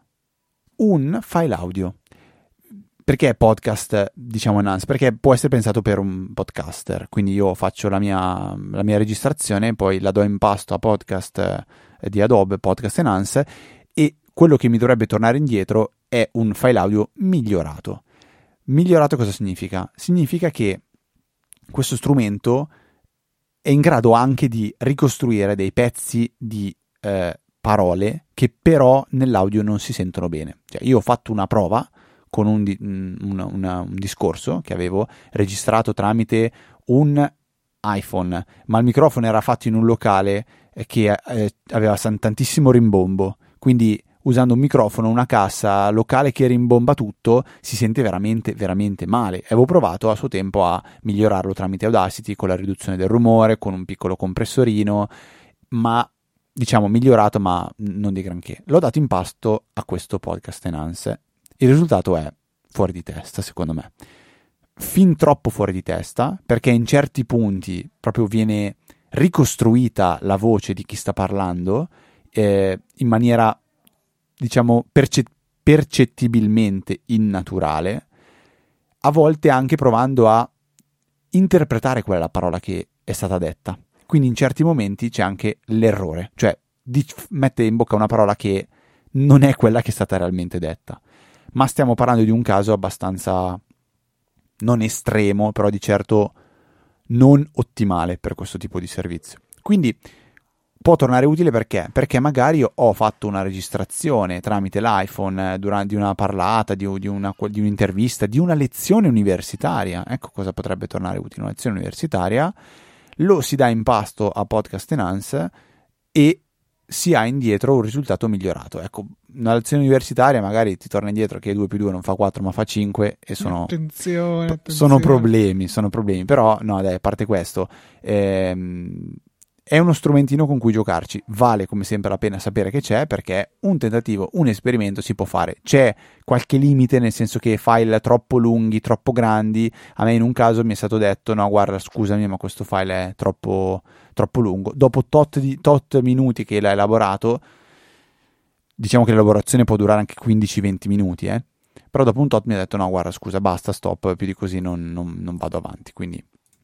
[SPEAKER 2] un file audio. Perché podcast, diciamo, enhance? Perché può essere pensato per un podcaster, quindi io faccio la mia, la mia registrazione, poi la do in pasto a podcast eh, di Adobe, Podcast Enhance, e quello che mi dovrebbe tornare indietro è un file audio migliorato. Migliorato cosa significa? Significa che questo strumento è in grado anche di ricostruire dei pezzi di eh, parole che però nell'audio non si sentono bene. Cioè, io ho fatto una prova con un, di, una, una, un discorso che avevo registrato tramite un iPhone, ma il microfono era fatto in un locale che eh, aveva tantissimo rimbombo, quindi usando un microfono, una cassa locale che rimbomba tutto, si sente veramente veramente male. Avevo provato a suo tempo a migliorarlo tramite Audacity con la riduzione del rumore, con un piccolo compressorino, ma diciamo migliorato, ma non di granché. L'ho dato in pasto a questo Podcast Enhance. Il risultato è fuori di testa, secondo me. Fin troppo fuori di testa, perché in certi punti proprio viene ricostruita la voce di chi sta parlando eh, in maniera, diciamo, perce- percettibilmente innaturale, a volte anche provando a interpretare qual è la parola che è stata detta. Quindi in certi momenti c'è anche l'errore, cioè di- mette in bocca una parola che non è quella che è stata realmente detta. Ma stiamo parlando di un caso abbastanza non estremo, però di certo non ottimale per questo tipo di servizio. Quindi può tornare utile perché? Perché magari ho fatto una registrazione tramite l'iPhone durante una parlata, di, di, una, di un'intervista, di una lezione universitaria. Ecco cosa potrebbe tornare utile: una lezione universitaria. Lo si dà in pasto a Podcast Enhance e si ha indietro un risultato migliorato. Ecco, una lezione universitaria magari ti torna indietro che due più due non fa quattro ma fa cinque e sono,
[SPEAKER 1] attenzione, attenzione.
[SPEAKER 2] sono problemi, sono problemi. Però no, dai, a parte questo, ehm, è uno strumentino con cui giocarci. Vale come sempre la pena sapere che c'è, perché un tentativo, un esperimento si può fare. C'è qualche limite, nel senso che file troppo lunghi, troppo grandi. A me in un caso mi è stato detto: no, guarda, scusami, ma questo file è troppo, troppo lungo. Dopo tot, di, tot minuti che l'ha elaborato, diciamo che l'elaborazione può durare anche quindici venti minuti, eh? Però dopo un tot mi ha detto: no, guarda, scusa, basta, stop, più di così non, non, non vado avanti. Quindi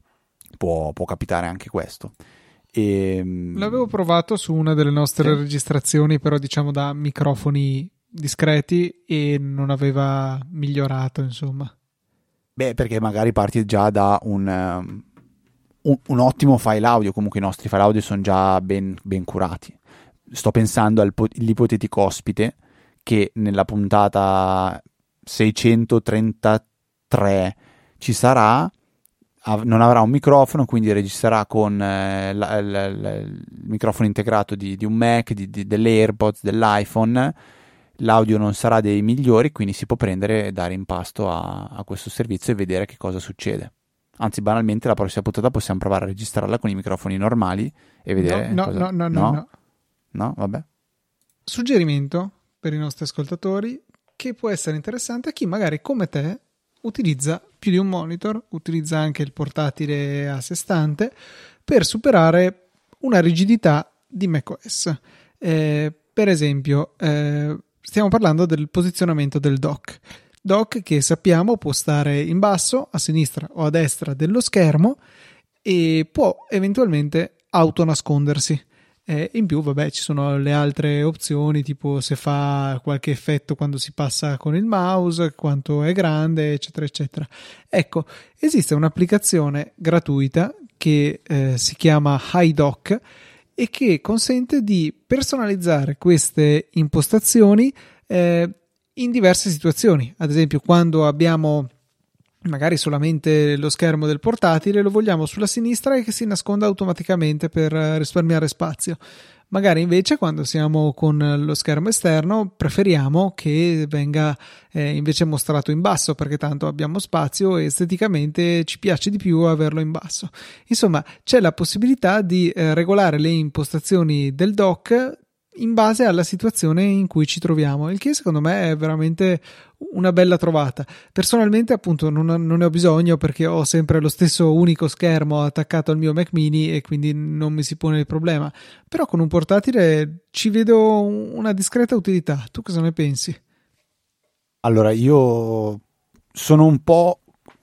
[SPEAKER 2] può, può capitare anche questo. E...
[SPEAKER 1] l'avevo provato su una delle nostre
[SPEAKER 2] sì.
[SPEAKER 1] registrazioni, però diciamo da microfoni discreti e non aveva migliorato, insomma.
[SPEAKER 2] Beh, perché magari parti già da un, um, un, un ottimo file audio, comunque i nostri file audio sono già ben, ben curati. Sto pensando al, all'ipotetico ospite che nella puntata seicentotrentatré ci sarà, av- non avrà un microfono, quindi registrerà con eh, la, la, la, il microfono integrato di, di un Mac, di, di, dell'AirPods, dell'iPhone. L'audio non sarà dei migliori, quindi si può prendere e dare in pasto a, a questo servizio e vedere che cosa succede. Anzi, banalmente, la prossima puntata possiamo provare a registrarla con i microfoni normali e vedere
[SPEAKER 1] no,
[SPEAKER 2] cosa...
[SPEAKER 1] no, no, no, no, no.
[SPEAKER 2] No, vabbè.
[SPEAKER 1] Suggerimento per i nostri ascoltatori che può essere interessante a chi magari come te utilizza più di un monitor, utilizza anche il portatile a sé stante per superare una rigidità di macOS. Eh, per esempio, eh, stiamo parlando del posizionamento del dock. Dock che sappiamo può stare in basso, a sinistra o a destra dello schermo e può eventualmente autonascondersi. Eh, in più, vabbè, ci sono le altre opzioni, tipo se fa qualche effetto quando si passa con il mouse, quanto è grande, eccetera, eccetera. Ecco, esiste un'applicazione gratuita che eh, si chiama HiDock e che consente di personalizzare queste impostazioni eh, in diverse situazioni. Ad esempio, quando abbiamo magari solamente lo schermo del portatile, lo vogliamo sulla sinistra e che si nasconda automaticamente per risparmiare spazio. Magari invece quando siamo con lo schermo esterno preferiamo che venga eh, invece mostrato in basso, perché tanto abbiamo spazio e esteticamente ci piace di più averlo in basso. Insomma, c'è la possibilità di eh, regolare le impostazioni del dock in base alla situazione in cui ci troviamo, il che secondo me è veramente una bella trovata. Personalmente appunto non, non ne ho bisogno perché ho sempre lo stesso unico schermo attaccato al mio Mac mini e quindi non mi si pone il problema, però con un portatile ci vedo una discreta utilità. Tu cosa ne pensi?
[SPEAKER 2] Allora, io sono un po'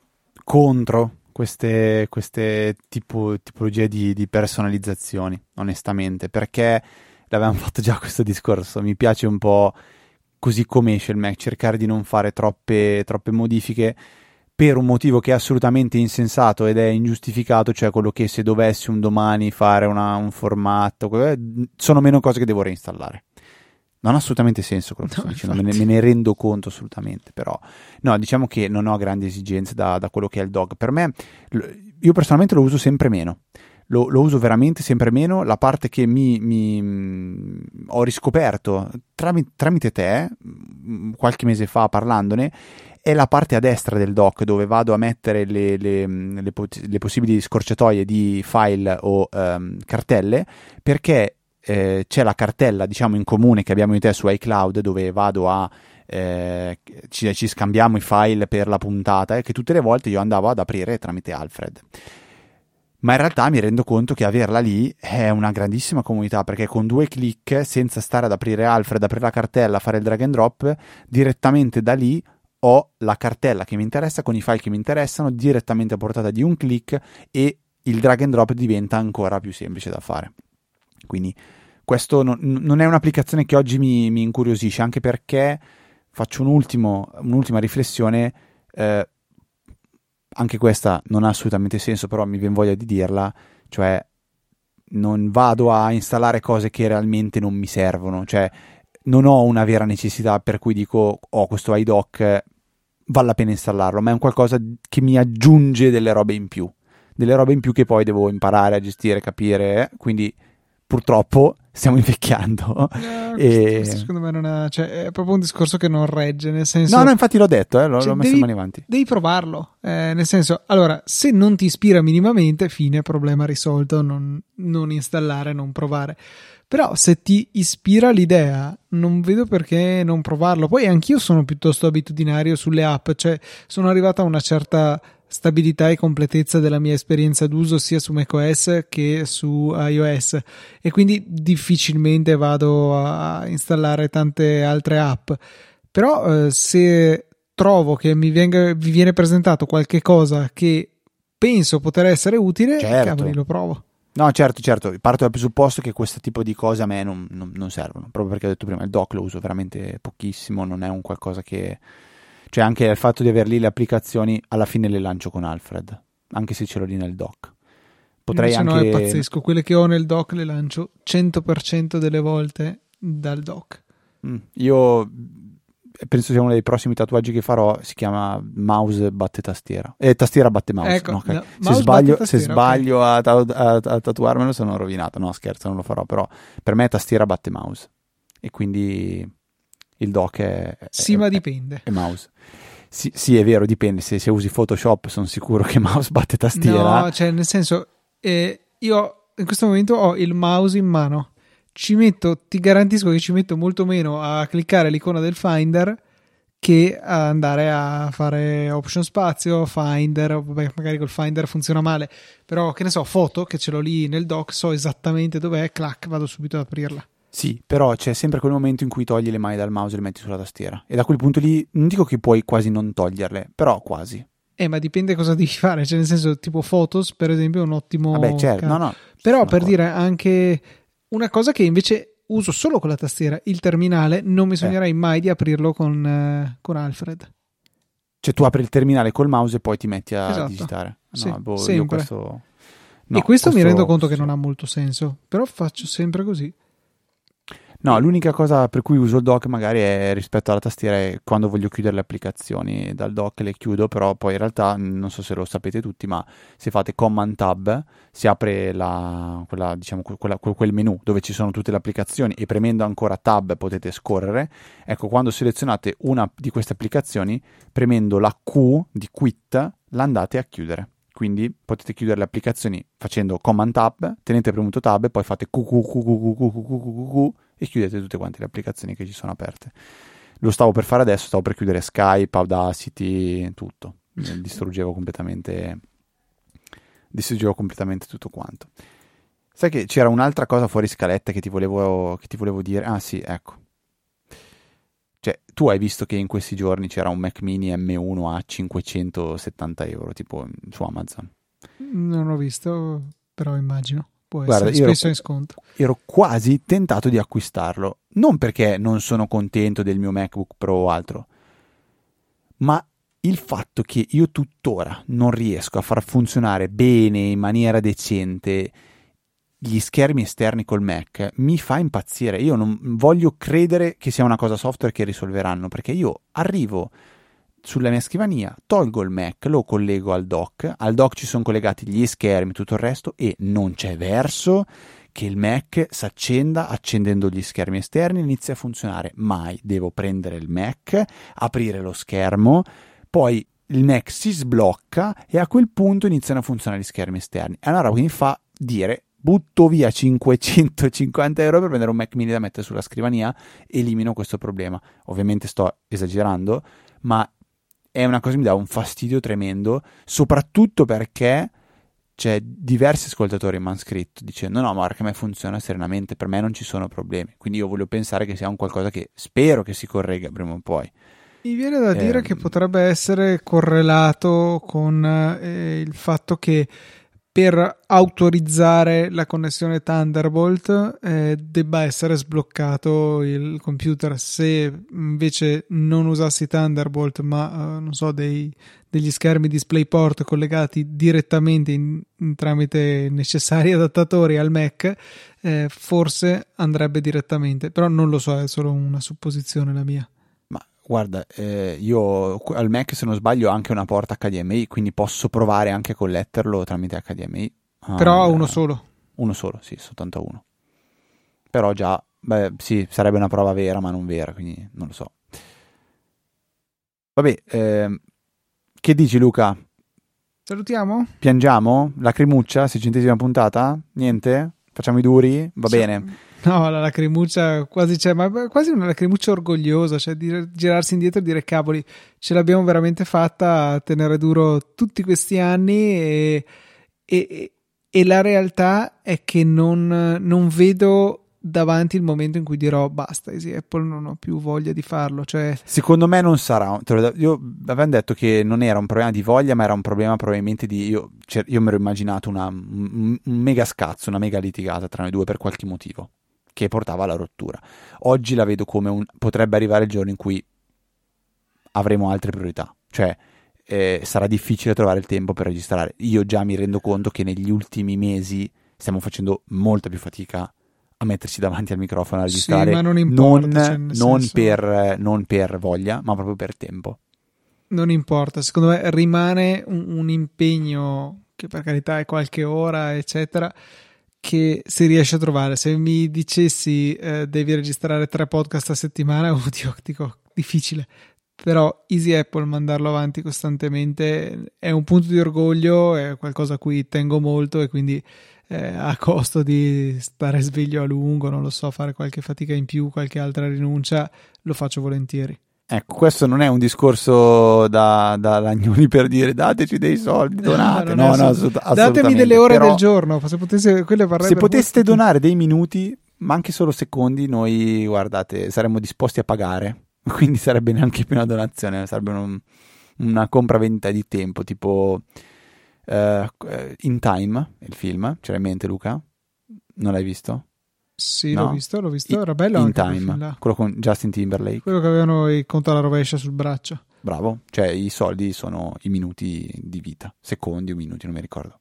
[SPEAKER 2] contro queste, queste tipo, tipologie di, di personalizzazioni, onestamente, perché l'avevamo fatto già questo discorso. Mi piace un po' così come esce il Mac, cercare di non fare troppe, troppe modifiche per un motivo che è assolutamente insensato ed è ingiustificato, cioè quello che se dovessi un domani fare una, un formato, sono meno cose che devo reinstallare. Non ha assolutamente senso quello che no, sto dicendo, me ne, me ne rendo conto assolutamente, però no, diciamo che non ho grandi esigenze da, da quello che è il dock. Per me, io personalmente lo uso sempre meno. Lo, lo uso veramente sempre meno. La parte che mi, mi mh, ho riscoperto tramite, tramite te mh, qualche mese fa parlandone è la parte a destra del dock, dove vado a mettere le, le, le, le possibili scorciatoie di file o um, cartelle, perché eh, c'è la cartella diciamo in comune che abbiamo io e te su iCloud, dove vado a eh, ci, ci scambiamo i file per la puntata e eh, che tutte le volte io andavo ad aprire tramite Alfred. Ma in realtà mi rendo conto che averla lì è una grandissima comodità, perché con due click, senza stare ad aprire Alfred, aprire la cartella, fare il drag and drop, direttamente da lì ho la cartella che mi interessa con i file che mi interessano direttamente a portata di un click e il drag and drop diventa ancora più semplice da fare. Quindi questo non, non è un'applicazione che oggi mi, mi incuriosisce, anche perché faccio un ultimo, un'ultima riflessione. eh, Anche questa non ha assolutamente senso, però mi viene voglia di dirla, cioè non vado a installare cose che realmente non mi servono, cioè non ho una vera necessità per cui dico ho oh, questo iDock, vale la pena installarlo, ma è un qualcosa che mi aggiunge delle robe in più, delle robe in più che poi devo imparare a gestire, capire, quindi purtroppo stiamo invecchiando.
[SPEAKER 1] No,
[SPEAKER 2] e...
[SPEAKER 1] questo secondo me non è, cioè, è proprio un discorso che non regge, nel senso...
[SPEAKER 2] No, no, infatti l'ho detto, eh, l'ho,
[SPEAKER 1] cioè,
[SPEAKER 2] l'ho messo
[SPEAKER 1] devi,
[SPEAKER 2] in mani avanti.
[SPEAKER 1] Devi provarlo, eh, nel senso, allora, se non ti ispira minimamente, fine, problema risolto, non, non installare, non provare. Però se ti ispira l'idea, non vedo perché non provarlo. Poi anch'io sono piuttosto abitudinario sulle app, cioè sono arrivato a una certa stabilità e completezza della mia esperienza d'uso sia su macOS che su iOS e quindi difficilmente vado a installare tante altre app. Però eh, se trovo che mi, venga, vi viene presentato qualche cosa che penso poter essere utile,
[SPEAKER 2] certo.
[SPEAKER 1] cavoli, lo provo.
[SPEAKER 2] No, certo, certo, parto dal presupposto che questo tipo di cose a me non, non, non servono, proprio perché ho detto prima, il dock lo uso veramente pochissimo, non è un qualcosa che... Cioè anche il fatto di aver lì le applicazioni, alla fine le lancio con Alfred, anche se ce l'ho lì nel dock. Potrei
[SPEAKER 1] Invece
[SPEAKER 2] anche...
[SPEAKER 1] no, è pazzesco, quelle che ho nel dock le lancio cento per cento delle volte dal dock.
[SPEAKER 2] Mm, io penso sia uno dei prossimi tatuaggi che farò, si chiama mouse batte tastiera, eh, tastiera batte mouse,
[SPEAKER 1] Ecco,
[SPEAKER 2] no, okay.
[SPEAKER 1] no,
[SPEAKER 2] se,
[SPEAKER 1] mouse
[SPEAKER 2] sbaglio,
[SPEAKER 1] batte tastiera,
[SPEAKER 2] se sbaglio
[SPEAKER 1] okay.
[SPEAKER 2] a, ta- a, a tatuarmelo sono rovinato, no scherzo, non lo farò, però per me tastiera batte mouse e quindi il dock è, è,
[SPEAKER 1] Sì, ma
[SPEAKER 2] è,
[SPEAKER 1] dipende.
[SPEAKER 2] è mouse. Sì, sì, è vero, dipende, se, se usi Photoshop sono sicuro che mouse batte tastiera.
[SPEAKER 1] No, cioè nel senso, eh, io in questo momento ho il mouse in mano, ci metto, ti garantisco che ci metto molto meno a cliccare l'icona del Finder che a andare a fare option spazio, Finder, vabbè, magari col Finder funziona male, però che ne so, foto, che ce l'ho lì nel dock, so esattamente dov'è, clac, vado subito ad aprirla.
[SPEAKER 2] Sì, però c'è sempre quel momento in cui togli le mani dal mouse e le metti sulla tastiera. E da quel punto lì, non dico che puoi quasi non toglierle, però quasi.
[SPEAKER 1] Eh, ma dipende cosa devi fare, cioè nel senso, tipo Photos, per esempio, è un ottimo...
[SPEAKER 2] Vabbè, certo,
[SPEAKER 1] ca-
[SPEAKER 2] no, no.
[SPEAKER 1] Però per
[SPEAKER 2] d'accordo.
[SPEAKER 1] dire anche una cosa che invece uso solo con la tastiera, il terminale, non mi sognerei
[SPEAKER 2] Eh.
[SPEAKER 1] mai di aprirlo con, eh, con Alfred.
[SPEAKER 2] Cioè tu apri il terminale col mouse e poi ti metti a
[SPEAKER 1] Esatto.
[SPEAKER 2] digitare. No,
[SPEAKER 1] Sì,
[SPEAKER 2] boh, io
[SPEAKER 1] sempre.
[SPEAKER 2] questo... No,
[SPEAKER 1] E questo, mi rendo conto che
[SPEAKER 2] questo-
[SPEAKER 1] non ha molto senso, però faccio sempre così.
[SPEAKER 2] No, l'unica cosa per cui uso il dock magari è rispetto alla tastiera è quando voglio chiudere le applicazioni dal dock le chiudo, però poi in realtà non so se lo sapete tutti, ma se fate Command Tab si apre la, quella, diciamo, quella, quel menu dove ci sono tutte le applicazioni e premendo ancora Tab potete scorrere. Ecco, quando selezionate una di queste applicazioni, premendo la Q di Quit la andate a chiudere. Quindi potete chiudere le applicazioni facendo Command Tab, tenete premuto Tab e poi fate Q Q Q Q Q Q Q Q e chiudete tutte quante le applicazioni che ci sono aperte. Lo stavo per fare adesso, stavo per chiudere Skype, Audacity, tutto. Distruggevo completamente distruggevo completamente tutto quanto. Sai che c'era un'altra cosa fuori scaletta che ti volevo, che ti volevo dire? Ah sì, ecco. Cioè, tu hai visto che in questi giorni c'era un Mac Mini M uno a cinquecentosettanta euro, tipo su Amazon.
[SPEAKER 1] Non ho visto, però immagino. Può
[SPEAKER 2] Guarda,
[SPEAKER 1] essere
[SPEAKER 2] io ero,
[SPEAKER 1] spesso in sconto.
[SPEAKER 2] ero quasi tentato di acquistarlo. Non perché non sono contento del mio MacBook Pro o altro, ma il fatto che io tuttora non riesco a far funzionare bene, in maniera decente, gli schermi esterni col Mac mi fa impazzire. Io non voglio credere che sia una cosa software che risolveranno, perché io arrivo sulla mia scrivania, tolgo il Mac, lo collego al dock, al dock ci sono collegati gli schermi, tutto il resto, e non c'è verso che il Mac si accenda accendendo gli schermi esterni e inizi a funzionare. Mai. Devo prendere il Mac, aprire lo schermo, poi il Mac si sblocca e a quel punto iniziano a funzionare gli schermi esterni. È una roba che mi fa dire: butto via cinquecentocinquanta euro per prendere un Mac mini da mettere sulla scrivania, elimino questo problema. Ovviamente sto esagerando, ma è una cosa che mi dà un fastidio tremendo, soprattutto perché c'è diversi ascoltatori mi hanno scritto dicendo: no, ma guarda che a me funziona serenamente, per me non ci sono problemi. Quindi io voglio pensare che sia un qualcosa che spero che si corregga prima o poi.
[SPEAKER 1] Mi viene da dire
[SPEAKER 2] Ehm,
[SPEAKER 1] che potrebbe essere correlato con eh, il fatto che per autorizzare la connessione Thunderbolt eh, debba essere sbloccato il computer. Se invece non usassi Thunderbolt, ma eh, non so, dei, degli schermi DisplayPort collegati direttamente in, in tramite necessari adattatori al Mac, eh, forse andrebbe direttamente, però non lo so, è solo una supposizione la mia.
[SPEAKER 2] Ma guarda, eh, io al Mac se non sbaglio ho anche una porta H D M I, quindi posso provare anche a colletterlo tramite H D M I. Ah,
[SPEAKER 1] Però ha uno
[SPEAKER 2] beh,
[SPEAKER 1] solo.
[SPEAKER 2] uno solo, sì, soltanto uno. Però già, beh, sì, sarebbe una prova vera, ma non vera, quindi non lo so. Vabbè, ehm, che dici Luca?
[SPEAKER 1] Salutiamo?
[SPEAKER 2] Piangiamo? Lacrimuccia, seicentesima puntata? Niente? Facciamo i duri? Va
[SPEAKER 1] Cioè,
[SPEAKER 2] bene.
[SPEAKER 1] no, la lacrimuccia quasi c'è, ma quasi una lacrimuccia orgogliosa, cioè di girarsi indietro e dire: cavoli, ce l'abbiamo veramente fatta a tenere duro tutti questi anni e, e, e la realtà è che non, non vedo davanti il momento in cui dirò basta, Easy Apple, non ho più voglia di farlo. Cioè,
[SPEAKER 2] secondo me non sarà, te lo, io avevo detto che non era un problema di voglia, ma era un problema probabilmente di, io, cioè, io mi ero immaginato una, un, un mega scazzo, una mega litigata tra noi due per qualche motivo che portava alla rottura. Oggi la vedo come un, potrebbe arrivare il giorno in cui avremo altre priorità, cioè eh, sarà difficile trovare il tempo per registrare. Io già mi rendo conto che negli ultimi mesi stiamo facendo molta più fatica a mettersi davanti al microfono a registrare,
[SPEAKER 1] sì, ma non, importa,
[SPEAKER 2] non,
[SPEAKER 1] cioè,
[SPEAKER 2] non,
[SPEAKER 1] senso...
[SPEAKER 2] per, non per voglia, ma proprio per tempo.
[SPEAKER 1] Non importa, secondo me rimane un, un impegno che per carità è qualche ora, eccetera, che si riesce a trovare. Se mi dicessi eh, devi registrare tre podcast a settimana, oddio, dico difficile. Però Easy Apple, mandarlo avanti costantemente è un punto di orgoglio, è qualcosa a cui tengo molto e quindi eh, a costo di stare sveglio a lungo, non lo so, fare qualche fatica in più, qualche altra rinuncia, lo faccio volentieri.
[SPEAKER 2] Ecco, questo non è un discorso da, da Lagnoni per dire dateci dei soldi, donate, no, no, no assolut-
[SPEAKER 1] datemi delle ore del giorno, se potesse,
[SPEAKER 2] se poteste donare dei minuti, ma anche solo secondi, noi, guardate, saremmo disposti a pagare. Quindi sarebbe neanche più una donazione, sarebbe un, una compravendita di tempo, tipo uh, In Time, il film, c'era in mente Luca? Non l'hai visto?
[SPEAKER 1] Sì,
[SPEAKER 2] no?
[SPEAKER 1] l'ho visto, l'ho visto, era bello
[SPEAKER 2] In
[SPEAKER 1] anche
[SPEAKER 2] Time,
[SPEAKER 1] quel film là.
[SPEAKER 2] Quello con Justin Timberlake.
[SPEAKER 1] Quello che avevano il conto alla rovescia sul braccio.
[SPEAKER 2] Bravo, cioè i soldi sono i minuti di vita, secondi o minuti, non mi ricordo.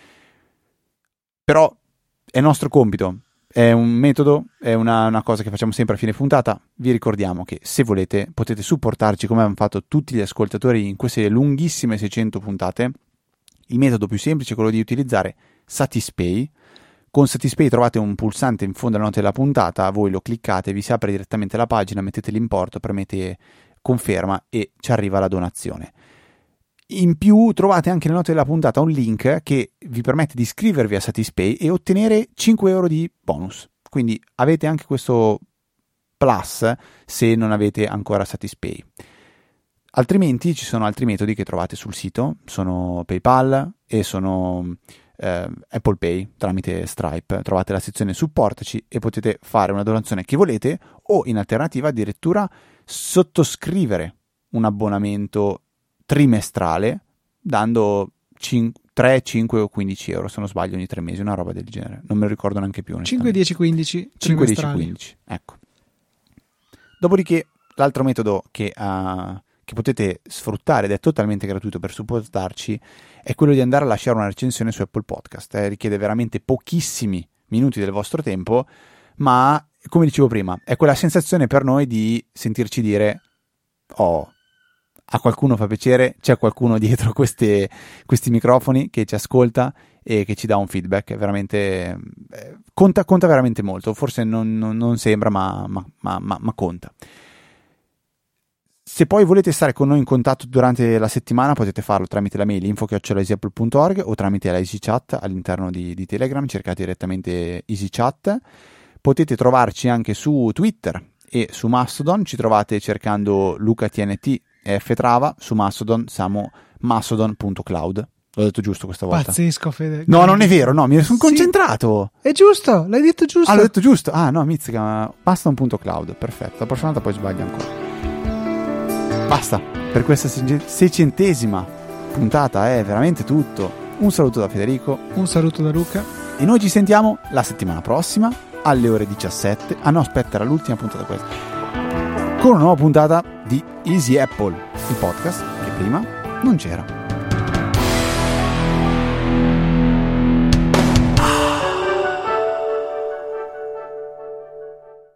[SPEAKER 2] Però è nostro compito. È un metodo, è una, una cosa che facciamo sempre a fine puntata. Vi ricordiamo che se volete potete supportarci come hanno fatto tutti gli ascoltatori in queste lunghissime seicento puntate. Il metodo più semplice è quello di utilizzare Satispay. Con Satispay trovate un pulsante in fondo alla nota della puntata, voi lo cliccate, vi si apre direttamente la pagina, mettete l'importo, premete conferma e ci arriva la donazione. In più trovate anche nelle note della puntata un link che vi permette di iscrivervi a Satispay e ottenere cinque euro di bonus. Quindi avete anche questo plus se non avete ancora Satispay. Altrimenti ci sono altri metodi che trovate sul sito, sono PayPal e sono eh, Apple Pay tramite Stripe. Trovate la sezione supportaci e potete fare una donazione che volete o in alternativa addirittura sottoscrivere un abbonamento trimestrale dando tre, cinque o quindici euro, se non sbaglio, ogni tre mesi, una roba del genere, non me lo ricordo neanche più
[SPEAKER 1] cinque, dieci, quindici
[SPEAKER 2] cinque, dieci, quindici, ecco. Dopodiché l'altro metodo che, uh, che potete sfruttare ed è totalmente gratuito per supportarci è quello di andare a lasciare una recensione su Apple Podcast. Eh, richiede veramente pochissimi minuti del vostro tempo, ma come dicevo prima è quella sensazione per noi di sentirci dire oh, a qualcuno fa piacere, c'è qualcuno dietro queste, questi microfoni che ci ascolta e che ci dà un feedback. Veramente eh, conta, conta veramente molto. Forse non, non, non sembra, ma, ma, ma, ma, ma conta. Se poi volete stare con noi in contatto durante la settimana potete farlo tramite la mail info chiocciola easy apple punto org o tramite la EasyChat all'interno di, di Telegram. Cercate direttamente EasyChat. Potete trovarci anche su Twitter e su Mastodon. Ci trovate cercando Luca T N T e F Trava. Su Mastodon siamo mastodon punto cloud. L'ho detto giusto questa volta?
[SPEAKER 1] Pazzesco, Fede.
[SPEAKER 2] No, non è vero, no, mi sono sì, concentrato.
[SPEAKER 1] È giusto, l'hai detto giusto.
[SPEAKER 2] Ah, l'ho detto giusto. Ah, no, mizzica, mastodon punto cloud. Perfetto, la prossima volta poi sbaglio ancora. Basta, per questa seicentesima puntata è veramente tutto. Un saluto da Federico.
[SPEAKER 1] Un saluto da Luca.
[SPEAKER 2] E noi ci sentiamo la settimana prossima alle ore diciassette. Ah no, aspetta, era l'ultima puntata questa. Con una nuova puntata di Easy Apple, il podcast che prima non c'era.